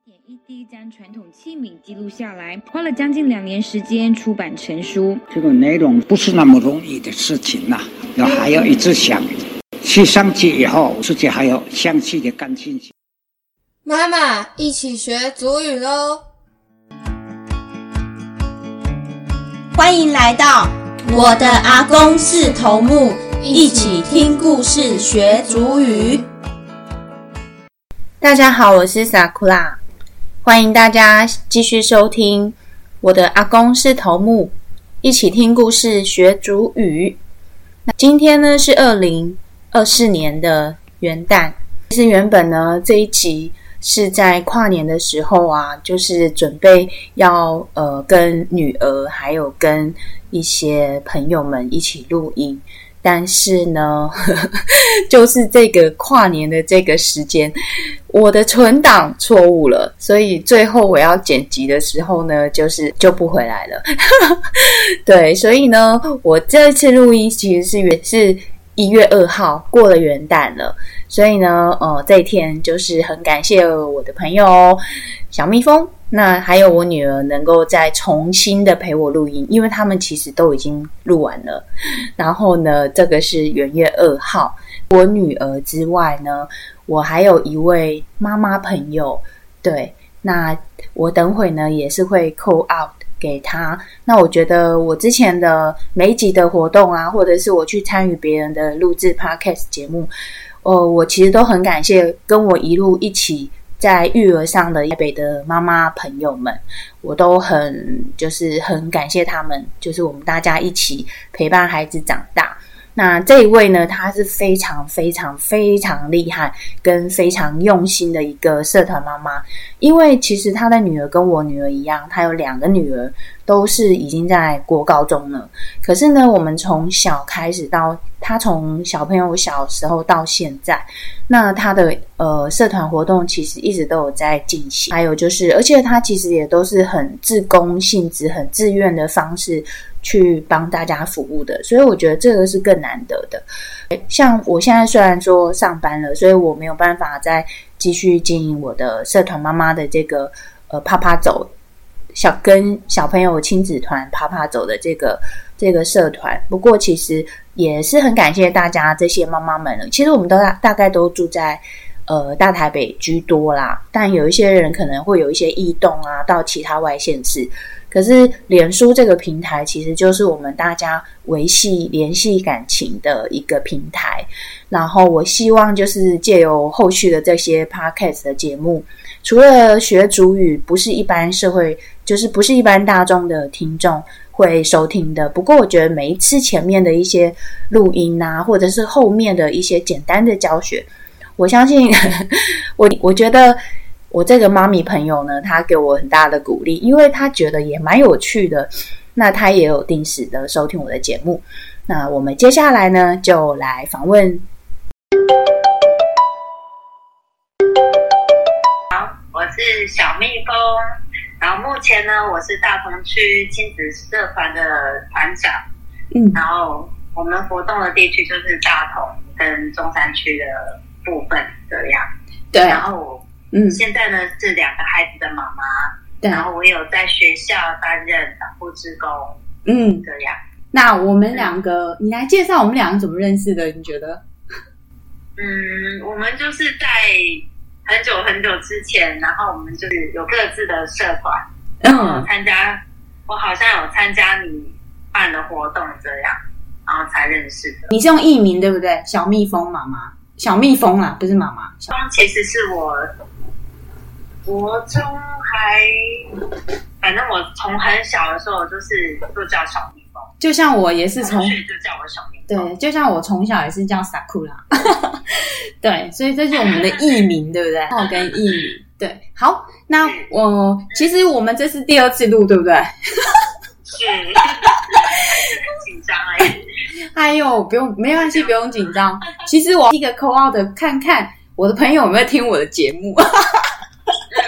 点一滴将传统器皿记录下来，花了将近2年时间出版成书。 这个内容不是那么容易的事情呐，还要一直想，去上去以后，自己还有详细的感兴趣。 妈妈，一起学族语咯！ 欢迎来到我的阿公是头目，一起听故事学族语。大家好，我是萨库拉，欢迎大家继续收听我的阿公是头目，一起听故事学族语。那今天呢是2024年的元旦。其实原本呢这一集是在跨年的时候啊，就是准备要跟女儿还有跟一些朋友们一起录音，但是呢就是这个跨年的这个时间，我的存档错误了，所以最后我要剪辑的时候呢就不回来了对，所以呢我这次录音其实是1月2号过了元旦了，所以呢这一天就是很感谢我的朋友小蜜蜂，那还有我女儿能够再重新的陪我录音，因为他们其实都已经录完了。然后呢这个是元月2号，我女儿之外呢我还有一位妈妈朋友，对，那我等会呢也是会 call out给他。那我觉得我之前的每一集的活动啊，或者是我去参与别人的录制 podcast 节目，我其实都很感谢跟我一路一起在育儿上的台北的妈妈朋友们，我都很感谢他们，就是我们大家一起陪伴孩子长大。那这一位呢，他是非常非常非常厉害跟非常用心的一个社团妈妈，因为其实他的女儿跟我女儿一样，他有2个女儿都是已经在国高中了，可是呢我们从小开始到他从小朋友小时候到现在，那他的社团活动其实一直都有在进行，还有就是而且他其实也都是很志工性质很自愿的方式去帮大家服务的，所以我觉得这个是更难得的。像我现在虽然说上班了，所以我没有办法再继续经营我的社团妈妈的这个趴趴走跟小朋友亲子团趴趴走的这个社团，不过其实也是很感谢大家这些妈妈们了。其实我们都大概都住在大台北居多啦，但有一些人可能会有一些异动啊，到其他外县市。可是脸书这个平台其实就是我们大家维系联系感情的一个平台，然后我希望就是借由后续的这些 podcast 的节目，除了学族语不是一般社会，就是不是一般大众的听众会收听的，不过我觉得每一次前面的一些录音啊，或者是后面的一些简单的教学，我相信我觉得我这个妈咪朋友呢，她给我很大的鼓励，因为她觉得也蛮有趣的，那她也有定时的收听我的节目。那我们接下来呢就来访问。 好，我是小蜜蜂，然后目前呢我是大同区亲子社团的团长，然后我们活动的地区就是大同跟中山区的部分这样。对，然后我现在呢是2个孩子的妈妈，然后我有在学校担任导护志工，这样。 那我们2个，你来介绍我们2个怎么认识的？你觉得？ 我们就是在很久很久之前，然后我们就是有各自的社团，我好像有参加你办的活动这样，然后才认识的。 你是用艺名对不对？小蜜蜂妈妈，小蜜蜂啦，不是妈妈。 其实是我国中反正我从很小的时候就叫小蜜蜂，就像我也是从就叫我小蜜蜂， 对，就像我从小也是叫萨库拉对，所以这是我们的艺名对不对？跟艺名对。好，那其实我们这是第2次录对不对？ 是很紧张哎呦，没关系，不用紧张。其实我一个 call out 的看看我的朋友有没有听我的节目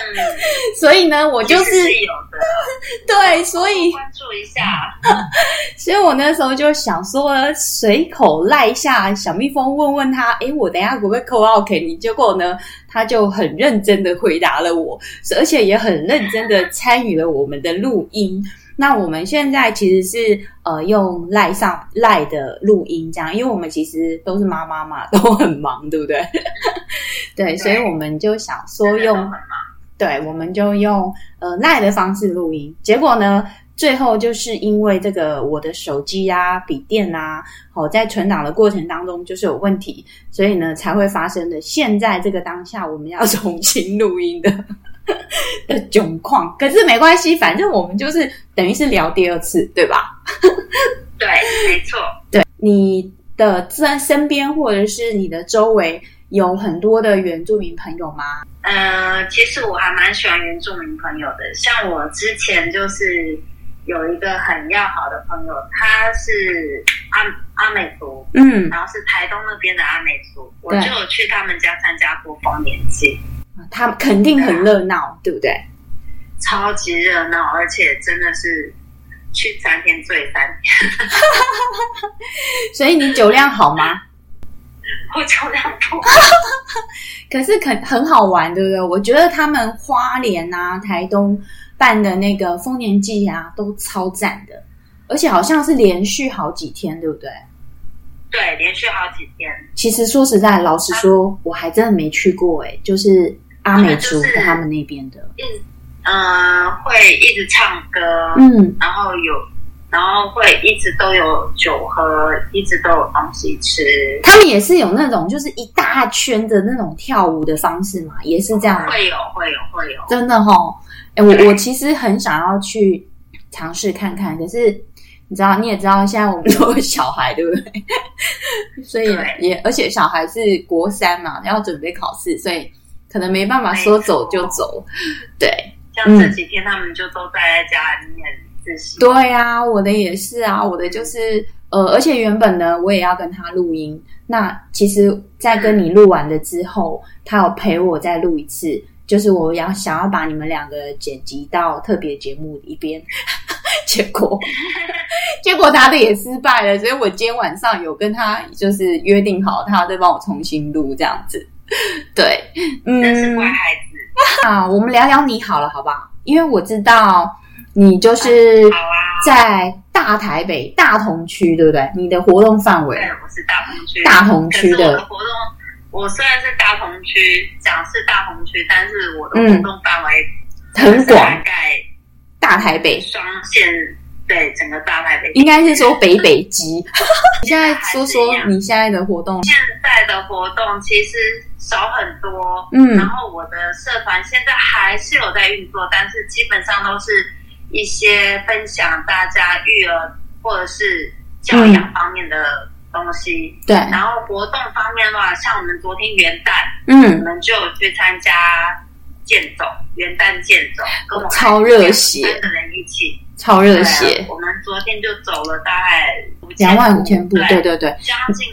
所以呢，我就是有的， 对，所以关注一下。 所以我那时候就想说，随口赖一下小蜜蜂，问问他，我等一下可不可以call out给你？结果呢，他就很认真的回答了我，而且也很认真的参与了我们的录音。那我们现在其实是用赖的录音这样，因为我们其实都是妈妈嘛，都很忙，对不对？对，所以我们就想说对，我们就用赖的方式录音。结果呢，最后就是因为这个我的手机啊、笔电啊，在存档的过程当中就是有问题，所以呢才会发生的现在这个当下我们要重新录音的窘况。可是没关系，反正我们就是等于是聊第二次，对吧？ 对，没错。 对，你的身边或者是你的周围有很多的原住民朋友吗？ 其实我还蛮喜欢原住民朋友的，像我之前就是有一个很要好的朋友，他是阿美族，然后是台东那边的阿美族，我就有去他们家参加过丰年祭， 他们肯定很热闹，对不对？ 超级热闹，而且真的是去3天醉3天。 所以你酒量好吗？ 我酒量不好。 可是很好玩，对不对？我觉得他们花莲啊、台东办的那个丰年祭啊，都超赞的，而且好像是连续好几天，对不对？ 对，连续好几天。 其实说实在，老实说，我还真的没去过就是阿美族他们那边的， 会一直唱歌，然后会一直都有酒喝，一直都有东西吃。 他们也是有那种就是一大圈的那种跳舞的方式嘛，也是这样吗？ 会有， 真的我其实很想要去尝试看看，可是你也知道，现在我们都有小孩，对不对？所以而且小孩是国3嘛，要准备考试，所以可能没办法说走就走。对， 像这几天他们就都待在家里面。 对啊，我的也是啊，我的就是而且原本呢我也要跟他录音，那其实在跟你录完了之后，他有陪我再录一次，就是我想要把你们2个剪辑到特别节目里边。结果他的也失败了，所以我今天晚上有跟他就是约定好，他要再帮我重新录这样子。对， 真是乖孩子。 我们聊聊你好了，好不好？因为我知道你就是在大台北大同区，对不对？你的活动范围？ 对，我是大同区。 大同区的。 可是我的活动，我虽然是大同区，讲是大同区，但是我的活动范围很广， 大概大台北双线，对，整个大台北。 应该是说北基。你现在说你现在的活动？ 现在的活动其实少很多，然后我的社团现在还是有在运作，但是基本上都是一些分享大家育儿或者是教养方面的东西。 对， 然后活动方面的话，像我们昨天元旦，我们就有去参加元旦健走，跟我超热血 ，3个人一起， 超热血。 我们昨天就走了大概 25,000步，对， 将近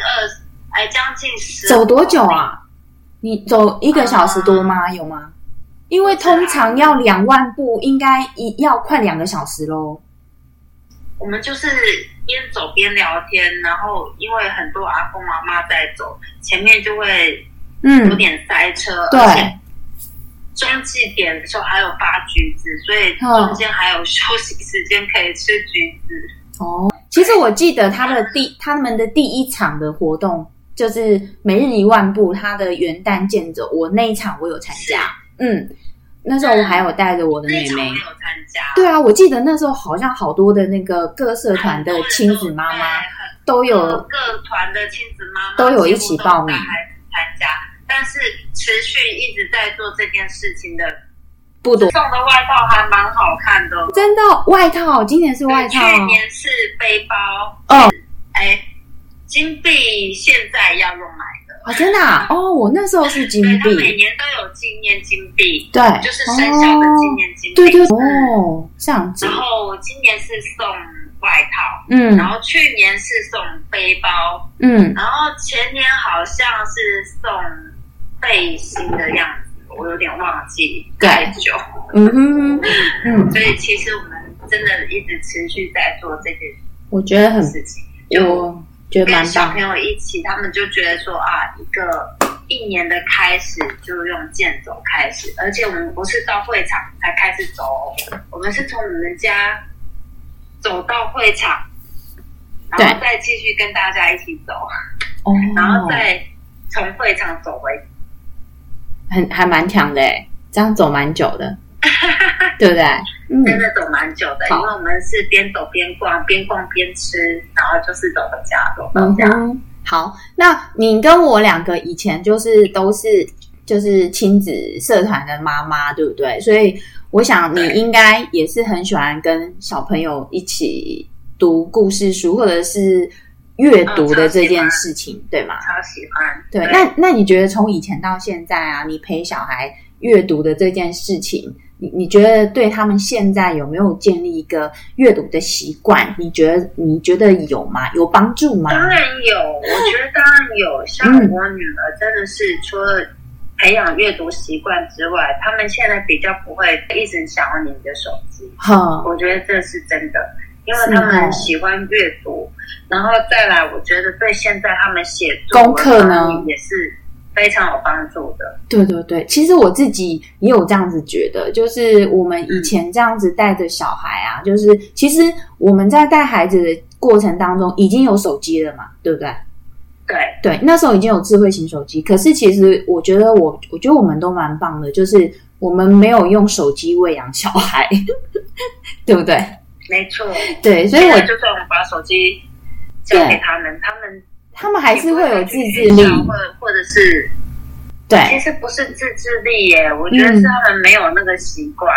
10。 走多久啊？你走1个小时多吗？有吗？因为通常要2万步，应该要快2个小时咯。 我们就是边走边聊天，然后因为很多阿公阿嬷在走，前面就会有点塞车， 对。 而且中继点的时候还有发橘子，所以中间还有休息时间可以吃橘子。 其实我记得他们的第一场的活动就是每日1万步，他的元旦健走，我那一场我有参加。那时候我还有带着我的妹妹。 那一场我有参加。 对啊，我记得那时候好像好多的那个各社团的亲子妈妈都有， 各团的亲子妈妈都有一起报名参加，但是持续一直在做这件事情的不多。 送的外套还蛮好看的， 真的外套，今年是外套， 去年是背包。金币现在要用买的。 真的啊？我那时候是金币。 对，他每年都有纪念金币， 对， 就是生肖的纪念金币。 对，这样子。 然后今年是送外套，然后去年是送背包，然后前年好像是送背心的样子，我我有点忘记太久。所以其实我们真的一直持续在做这件我觉得很事情，就觉得蛮棒。 跟小朋友一起，他们就觉得说一年的开始就用健走开始，而且我们不是到会场才开始走，我们是从我们家走到会场，然后再继续跟大家一起走，然后再从会场走回， 还蛮强的耶，这样走蛮久的，对不对？ 真的走蛮久的，因为我们是边走边逛，边逛边吃，然后就是走回家，走到家。 好，那你跟我两个以前都是亲子社团的妈妈，对不对？所以我想你应该也是很喜欢跟小朋友一起读故事书，或者是阅读的这件事情，对吗？ 超喜欢。 对，那你觉得从以前到现在啊，你陪小孩阅读的这件事情，你觉得对他们现在有没有建立一个阅读的习惯？你觉得有吗？有帮助吗？ 当然有，我觉得当然有。像我女儿真的是除了培养阅读习惯之外，他们现在比较不会一直想要你的手机。我觉得这是真的，因为他们喜欢阅读，然后再来，我觉得对现在他们写作功课呢也是非常有帮助的。 对对对，其实我自己也有这样子觉得，就是我们以前这样子带着小孩啊，就是其实我们在带孩子的过程当中已经有手机了嘛，对不对？对，那时候已经有智慧型手机，可是其实我觉得我们都蛮棒的，就是我们没有用手机喂养小孩，对不对？ 没错， 对，所以我就算我们把手机交给他们还是会有自制力， 或者是对， 其实不是自制力耶，我觉得是他们没有那个习惯。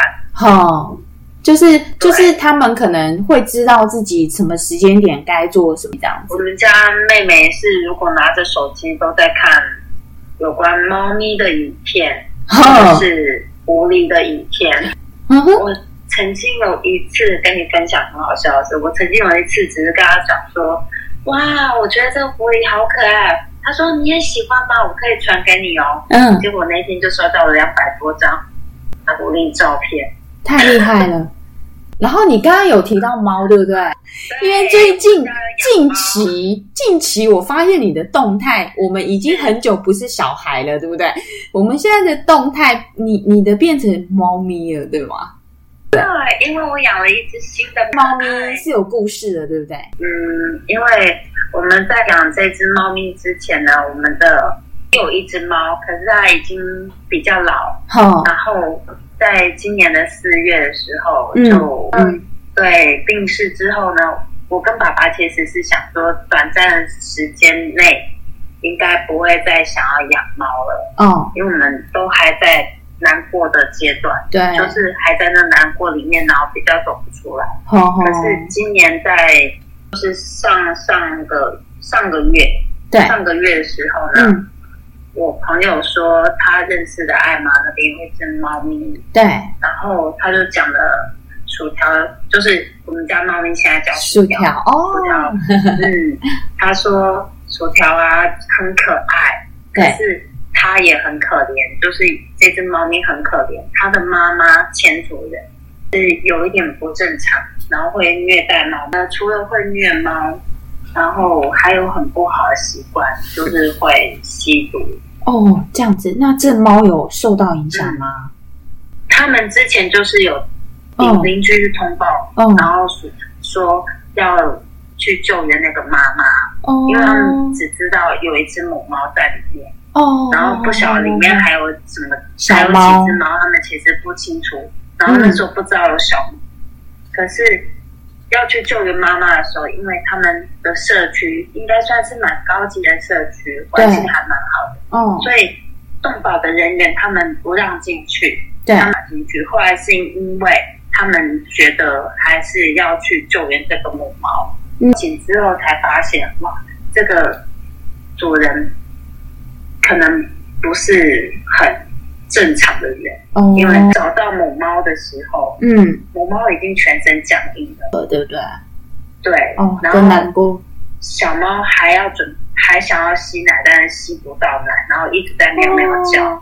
就是他们可能会知道自己什么时间点该做什么这样子。 我们家妹妹是如果拿着手机都在看有关猫咪的影片，或者是狐狸的影片。我曾经有一次跟你分享很好笑的是，我曾经有一次只是跟她讲说，哇，我觉得这个狐狸好可爱。她说你也喜欢吗？我可以传给你哦。结果那天就收到了200多张狐狸照片， 太厉害了。然后你刚刚有提到猫，对不对？因为最近近期我发现你的动态，我们已经很久不是小孩了，对不对？我们现在的动态，你的变成猫咪了，对吗？ 对，因为我养了一只新的猫咪，是有故事的，对不对？ 因为我们在养这只猫咪之前呢，我们的有一只猫，可是它已经比较老，然后在今年的4月的时候就对病逝之后呢，我跟爸爸其实是想说，短暂的时间内应该不会再想要养猫了，因为我们都还在难过的阶段，对，就是还在那难过里面，然后比较走不出来。可是今年就是上个月的时候呢，我朋友说他认识的爱妈那边有一只猫咪，对，然后他就讲了薯条，就是我们家猫咪现在叫薯条薯条，他说薯条啊很可爱，可是它也很可怜，就是这只猫咪很可怜，它的妈妈前主人是有一点不正常，然后会虐待猫。除了会虐猫，然后还有很不好的习惯，就是会吸毒。 这样子，那这猫有受到影响吗？ 他们之前就是有邻居去通报，然后说要去救援那个妈妈，因为他们只知道有一只母猫在里面。然后不晓得里面还有什么，还有几只猫，他们其实不清楚。然后那时候不知道有小猫，可是要去救援妈妈的时候，因为他们的社区应该算是蛮高级的社区，环境还蛮好的，所以动保的人员他们不让进去，他们进去。后来是因为他们觉得还是要去救援这个母猫，之后才发现，哇，这个主人可能不是很正常的人，因为找到母猫的时候，母猫已经全身僵硬了，对不对？对，然后难过，小猫还想要吸奶，但是吸不到奶，然后一直在喵喵叫，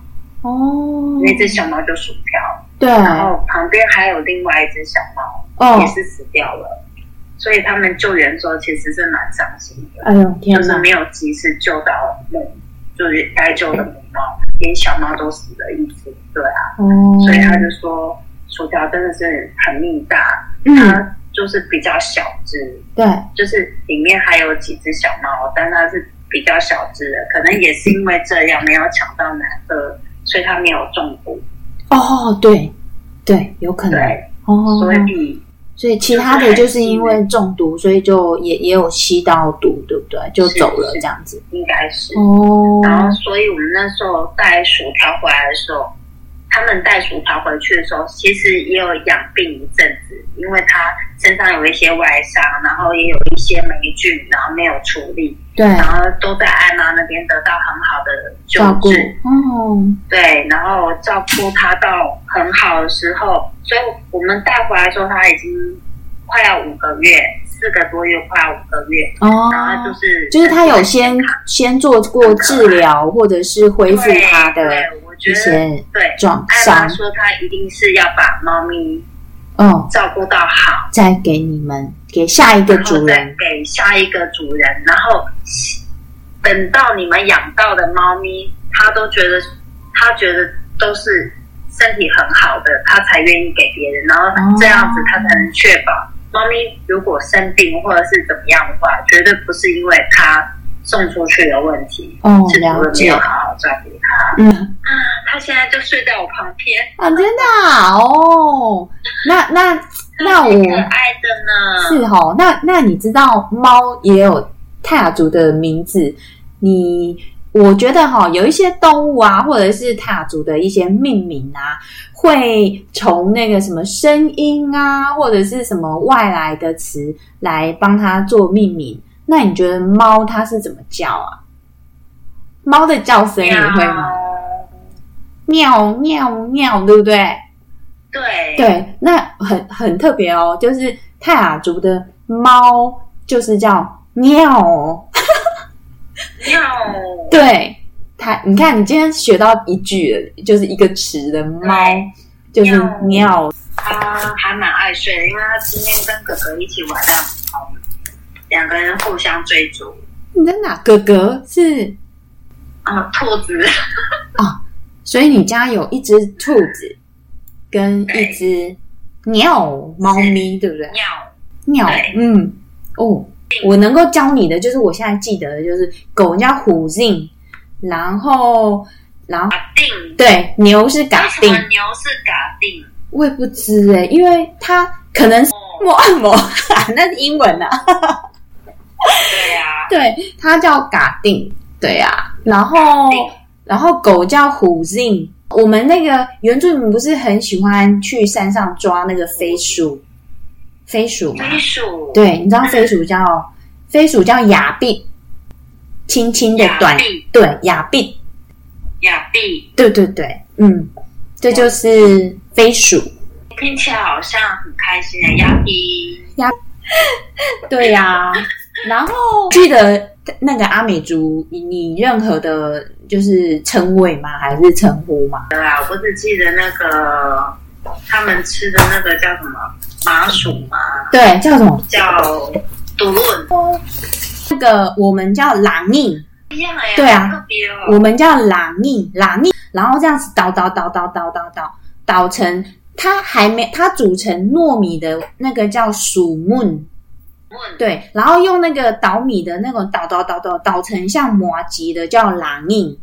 哦， 那只小猫就薯条， 对， 然后旁边还有另外一只小猫，也是死掉了。所以他们救援的时候其实是蛮伤心的， 哎呦天哪， 就是没有及时救到就是该救的母猫，连小猫都死了一只，对啊，所以他就说薯条真的是很命大，它就是比较小只， 对， 就是里面还有几只小猫，但它是比较小只的，可能也是因为这样没有抢到奶喝，所以它没有中毒。 哦，对对，有可能， 对， 所以其他的就是因为中毒，所以就也有吸到毒，对不对？就走了这样子， 应该是哦。 然后，所以我们那时候带薯条回来的时候，他们带薯条回去的时候，其实也有养病一阵子，因为他身上有一些外伤，然后也有一些霉菌，然后没有处理， 对， 然后都在艾妈那边得到很好的救治，对，然后照顾他到很好的时候，所以我们带回来的时候，他已经快要5个月，4个多月，快要5个月，然后就是他有先做过治疗，或者是恢复他的一些状伤。 艾妈说他一定是要把猫咪照顾到好， 再给你们给下一个主人， 再给下一个主人，然后等到你们养到的猫咪，他觉得都是身体很好的，他才愿意给别人，然后这样子他才能确保猫咪如果生病或者是怎么样的话，绝对不是因为他送出去的问题，是主人没有好好照顾他。他现在就睡在我旁边啊，真的啊，哦，那我可爱的呢， 是哦，那你知道猫也有泰雅族的名字？我觉得有一些动物啊，或者是泰雅族的一些命名啊，会从那个什么声音啊，或者是什么外来的词来帮它做命名。那你觉得猫它是怎么叫啊？猫的叫声你会吗？喵喵喵，对不对？对，那很特别哦，就是泰雅族的猫就是叫喵。 喵， 对，你看你今天学到一句了，就是一个词的猫，就是喵。 他还蛮爱睡的，因为他今天跟哥哥一起玩得很好，两个人互相追逐。 真的啊？哥哥是兔子所以你家有一只兔子跟一只猫咪，对不对？鸟，我能够教你的就是我现在记得的就是狗叫虎zing，然后嘎定， 对，牛是嘎定。 为什么牛是嘎定？ 我也不知因为它可能是按摩那是英文啊。 对啊， 对，它叫嘎定，对啊，然后狗叫虎zing。我们那个原住民不是很喜欢去山上抓那个飞鼠吗？ 飞鼠， 对，你知道飞鼠叫雅碧，轻轻的短，对，雅碧，对，这就是飞鼠。 听起来好像很开心的雅碧， 对呀。然后记得那个阿美族，你任何的就是称谓吗？还是称呼吗？ 对啊，我只记得那个他们吃的那个叫什么麻薯吗？ 对，叫什么？ 叫杜论。 那个我们叫朗印， 一样哎， 对啊， 特别我们叫朗印，然后这样子捣成它煮成糯米的那个叫薯糜。对，然后用那个捣米的那种捣成像麻糬的叫朗印。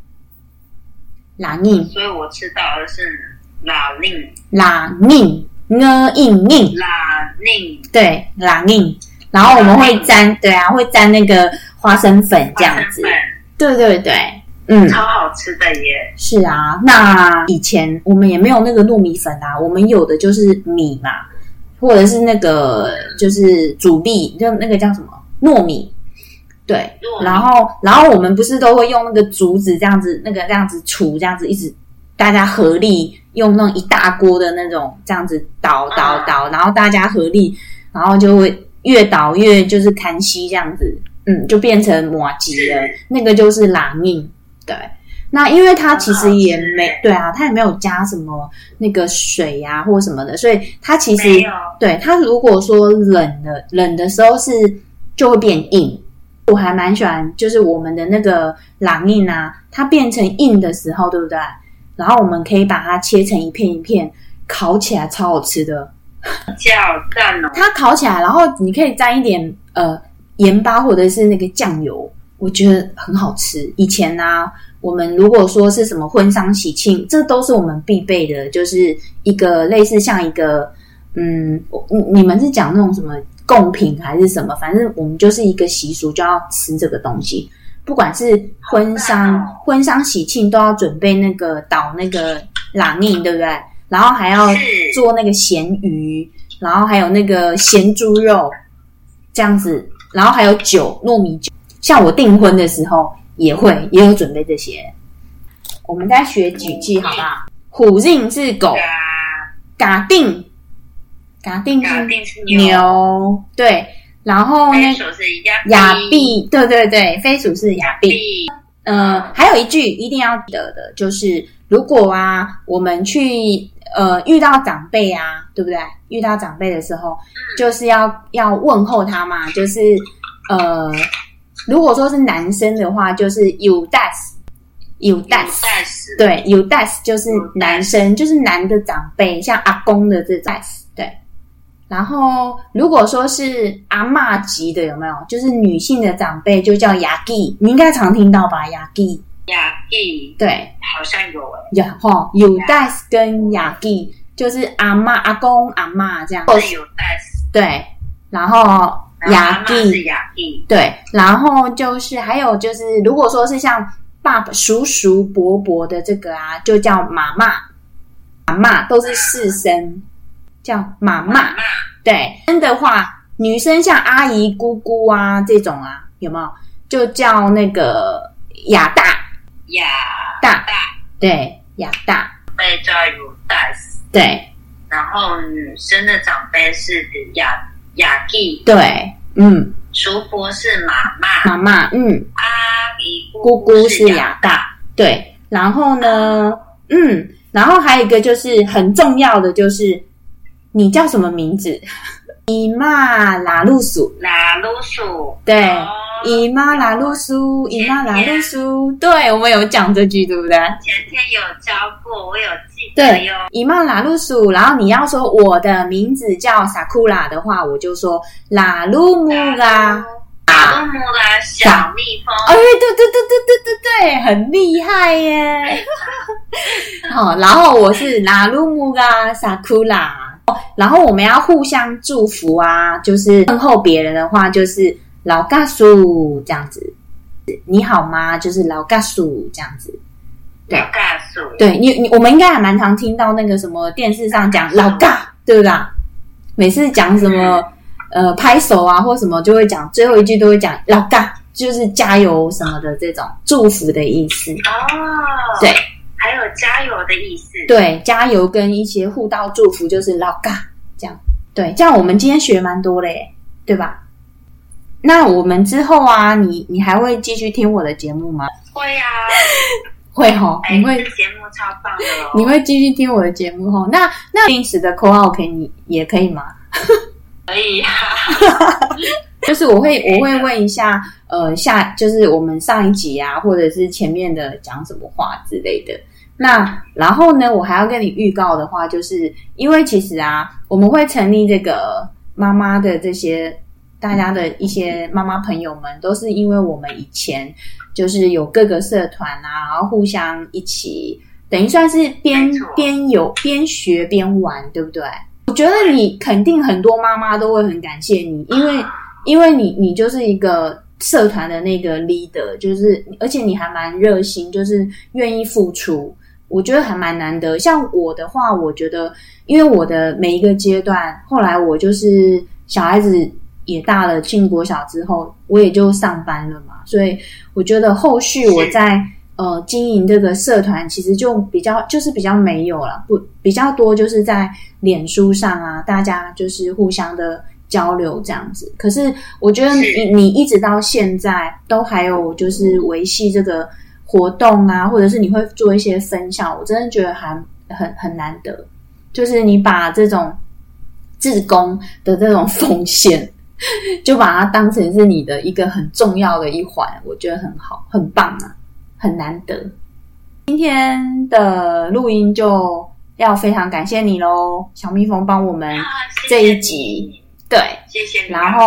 所以我吃到的是朗印， 对，朗印。然后我们会沾，对啊，会沾那个花生粉这样子。对， 超好吃的耶。 是啊，那以前我们也没有那个糯米粉啊，我们有的就是米嘛。或者是那个就是主力，就那个叫什么糯米，对，然后我们不是都会用那个竹子这样子，那个这样子杵，这样子一直大家合力用那种一大锅的那种这样子捣，然后大家合力，然后就会越捣越就是砍稀这样子，就变成麻糬了，那个就是朗印，对。 那因为它其实也没对啊，它也没有加什么那个水啊或什么的，所以它其实对它如果说冷的时候就会变硬。我还蛮喜欢，就是我们的那个朗印啊，它变成硬的时候，对不对？然后我们可以把它切成一片一片，烤起来超好吃的。 好赞哦！ 它烤起来，然后你可以沾一点盐巴或者是那个酱油，我觉得很好吃。以前啊，我们如果说是什么婚丧喜庆，这都是我们必备的，就是一个类似像一个你们是讲那种什么贡品还是什么，反正我们就是一个习俗就要吃这个东西。不管是婚丧喜庆都要准备那个捣那个朗印，对不对？然后还要做那个咸鱼，然后还有那个咸猪肉这样子，然后还有酒，糯米酒。像我订婚的时候也有准备这些。我们再学几句好不好？虎印是狗，嘎定是牛，对。然后呢，雅碧，对对对，飞鼠是雅碧。还有一句一定要记得的，就是如果啊，我们去遇到长辈啊，对不对？遇到长辈的时候，就是要问候他嘛，就是如果说是男生的话，就是有das，对，有das就是男生，就是男的长辈，像阿公的这种 das， 对。然后如果说是阿嬷级的，有没有？就是女性的长辈就叫雅基，你应该常听到吧？雅基，对， 好像有有das跟雅基，就是阿嬷、阿公、阿嬷这样。 是有das， 对，然后雅基是雅基， 对，然后就是还有就是，如果说是像爸爸、叔叔、伯伯的这个啊，就叫妈妈都是四声。叫妈妈，对，生的话，女生像阿姨、姑姑啊这种啊，有没有？就叫那个雅大，对，雅大， 被叫有das， 对。 然后女生的长辈是雅基， 对， 叔伯是妈妈， 阿姨、 姑姑是雅大，对。然后呢，然后还有一个就是很重要的就是。你叫什么名字？姨妈拉鲁苏，对，姨妈拉鲁苏，对，我们有讲这句，对不对？ 前天有教过，我有记得哟。 姨妈拉鲁苏，然后你要说我的名字叫萨库拉的话，我就说拉鲁木拉， 小蜜蜂。 哎，对，很厉害耶！好，然后我是拉鲁木拉萨库拉。然后我们要互相祝福啊，就是问候别人的话，就是老嘎苏这样子。你好吗？就是老嘎苏这样子。 老嘎苏。 对我们应该还蛮常听到那个什么电视上讲老嘎，对不对？每次讲什么拍手啊或什么，就会讲最后一句都会讲老嘎，就是加油什么的这种祝福的意思。对。 还有加油的意思， 对，加油跟一些互道祝福就是老嘎这样，对，这样我们今天学蛮多的耶，对吧？那我们之后啊，你还会继续听我的节目吗？ 会啊， 会齁，你会节目超棒的哦， 你会继续听我的节目齁？那临时的 call out 你也可以吗？ 可以啊， 就是我会问一下，就是我们上一集啊，或者是前面的讲什么话之类的。那然后呢，我还要跟你预告的话，就是因为其实啊，我们会成立这个妈妈的这些大家的一些妈妈朋友们，都是因为我们以前就是有各个社团啊，然后互相一起，等于算是边学边玩，对不对？我觉得你肯定很多妈妈都会很感谢你，因为你就是一个社团的那个 leader， 就是而且你还蛮热心，就是愿意付出，我觉得还蛮难得。像我的话，我觉得因为我的每一个阶段，后来我就是小孩子也大了，进国小之后，我也就上班了嘛，所以我觉得后续我在经营这个社团，其实就比较没有了，比较多就是在脸书上啊，大家就是互相的交流这样子。可是我觉得你一直到现在都还有就是维系这个活动啊，或者是你会做一些分享，我真的觉得很难得，就是你把这种志工的这种奉献就把它当成是你的一个很重要的一环，我觉得很好，很棒啊，很难得。今天的录音就要非常感谢你咯，小蜜蜂帮我们这一集，对， 谢谢你。 然后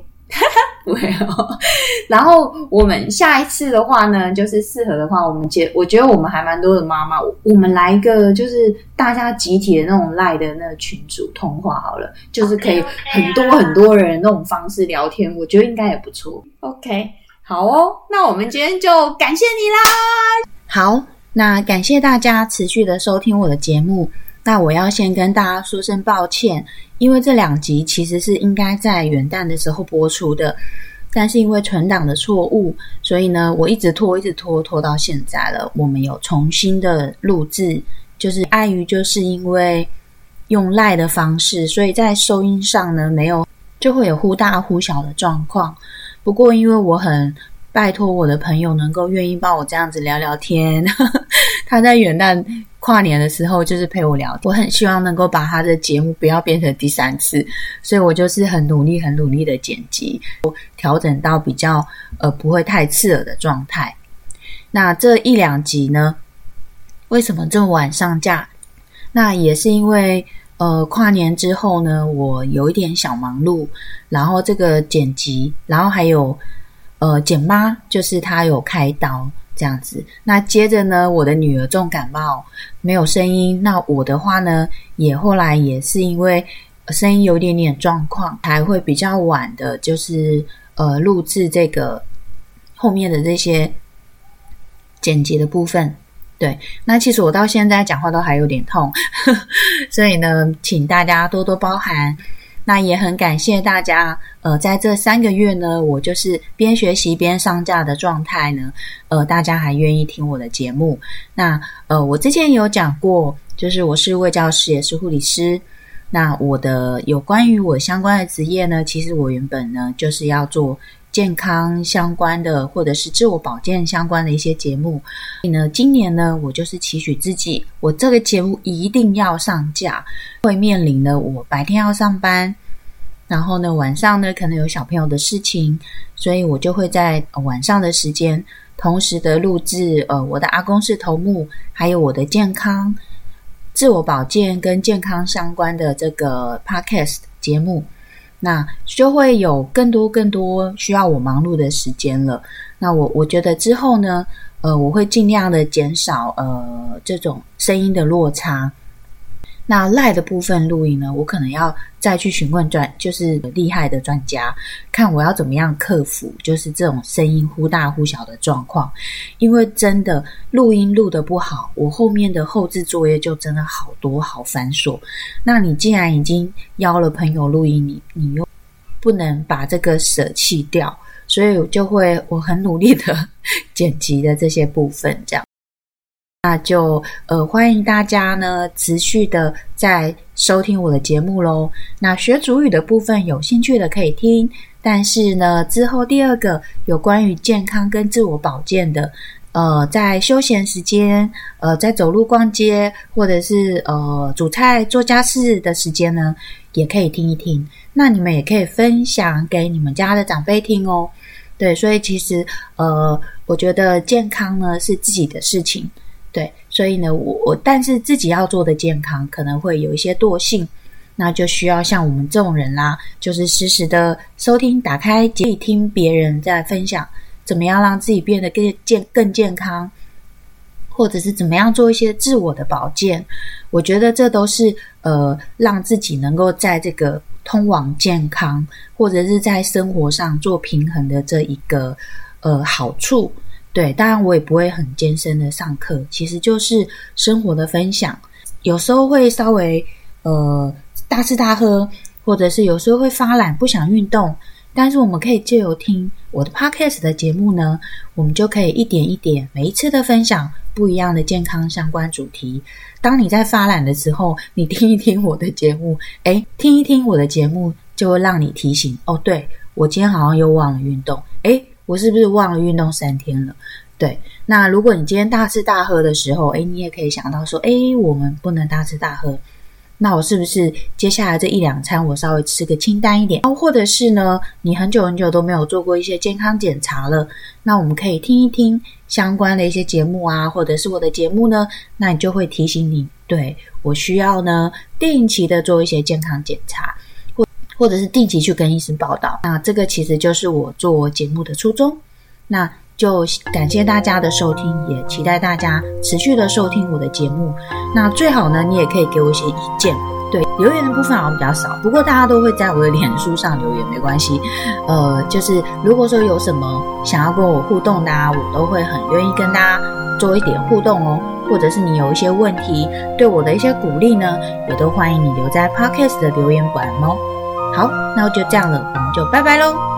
然后我们下一次的话呢，就是适合的话，我觉得我们还蛮多的妈妈，我们来一个就是大家集体的那种赖的那个群组通话好了，就是可以很多人那种方式聊天，我觉得应该也不错。OK， 好哦，那我们今天就感谢你啦。好，那感谢大家持续的收听我的节目。那我要先跟大家说声抱歉，因为这2集其实是应该在元旦的时候播出的，但是因为存档的错误，所以呢我一直拖到现在了。我们有重新的录制，就是碍于就是因为用 LINE 的方式，所以在收音上呢就会有忽大忽小的状况。不过因为我很拜托我的朋友能够愿意帮我这样子聊聊天他在元旦跨年的时候就是陪我聊天，我很希望能够把他的节目不要变成第3次，所以我就是很努力的剪辑，调整到比较不会太刺耳的状态。那这1-2集呢，为什么这么晚上架？那也是因为跨年之后呢，我有一点小忙碌，然后这个剪辑，然后还有简妈就是她有开刀这样子。那接着呢，我的女儿重感冒没有声音，那我的话呢也后来也是因为声音有点状况，才会比较晚的就是录制这个后面的这些剪辑的部分。对，那其实我到现在讲话都还有点痛所以呢请大家多多包涵。那也很感谢大家在这3个月呢，我就是边学习边上架的状态呢，大家还愿意听我的节目。那我之前有讲过，就是我是卫教师也是护理师。那我的有关于我相关的职业呢，其实我原本呢就是要做健康相关的或者是自我保健相关的一些节目。所以呢今年呢我就是期许自己，我这个节目一定要上架，会面临了我白天要上班，然后呢晚上呢可能有小朋友的事情，所以我就会在晚上的时间同时的录制我的阿公是头目，还有我的健康自我保健跟健康相关的这个 podcast 节目。那就会有更多需要我忙碌的时间了。那我觉得之后呢我会尽量的减少这种声音的落差。那 LINE 的部分录音呢，我可能要再去询问就是厉害的专家，看我要怎么样克服就是这种声音忽大忽小的状况。因为真的录音录得不好，我后面的后置作业就真的好多好繁琐。那你既然已经邀了朋友录音，你又不能把这个舍弃掉，所以我很努力的剪辑的这些部分这样。那就欢迎大家呢持续的在收听我的节目咯。那学主语的部分有兴趣的可以听，但是呢之后第2个有关于健康跟自我保健的在休闲时间在走路逛街或者是煮菜做家事的时间呢也可以听一听。那你们也可以分享给你们家的长辈听哦。对，所以其实我觉得健康呢是自己的事情。对，所以呢但是自己要做的健康可能会有一些惰性，那就需要像我们这种人啦，就是时时的收听打开听别人在分享怎么样让自己变得更健康，或者是怎么样做一些自我的保健。我觉得这都是让自己能够在这个通往健康或者是在生活上做平衡的这一个好处。对，当然我也不会很艰深的上课，其实就是生活的分享。有时候会稍微大吃大喝，或者是有时候会发懒不想运动，但是我们可以借由听我的 podcast 的节目呢，我们就可以一点一点每一次的分享不一样的健康相关主题。当你在发懒的时候，你听一听我的节目，听一听我的节目就会让你提醒，对，我今天好像又忘了运动，我是不是忘了运动3天了？ 对，那如果你今天大吃大喝的时候，你也可以想到说，我们不能大吃大喝，那我是不是接下来这1-2餐我稍微吃个清淡一点？或者是呢，你很久很久都没有做过一些健康检查了，那我们可以听一听相关的一些节目啊，或者是我的节目呢，那你就会提醒你，对，我需要呢定期的做一些健康检查，或者是定期去跟医生报道。那这个其实就是我做节目的初衷。那就感谢大家的收听，也期待大家持续的收听我的节目。那最好呢，你也可以给我一些意见。对，留言的部分好像比较少，不过大家都会在我的脸书上留言，没关系。就是如果说有什么想要跟我互动的啊，我都会很愿意跟大家做一点互动哦。或者是你有一些问题，对我的一些鼓励呢，也都欢迎你留在 Podcast 的留言板哦。好，那就这样了，我们就拜拜咯。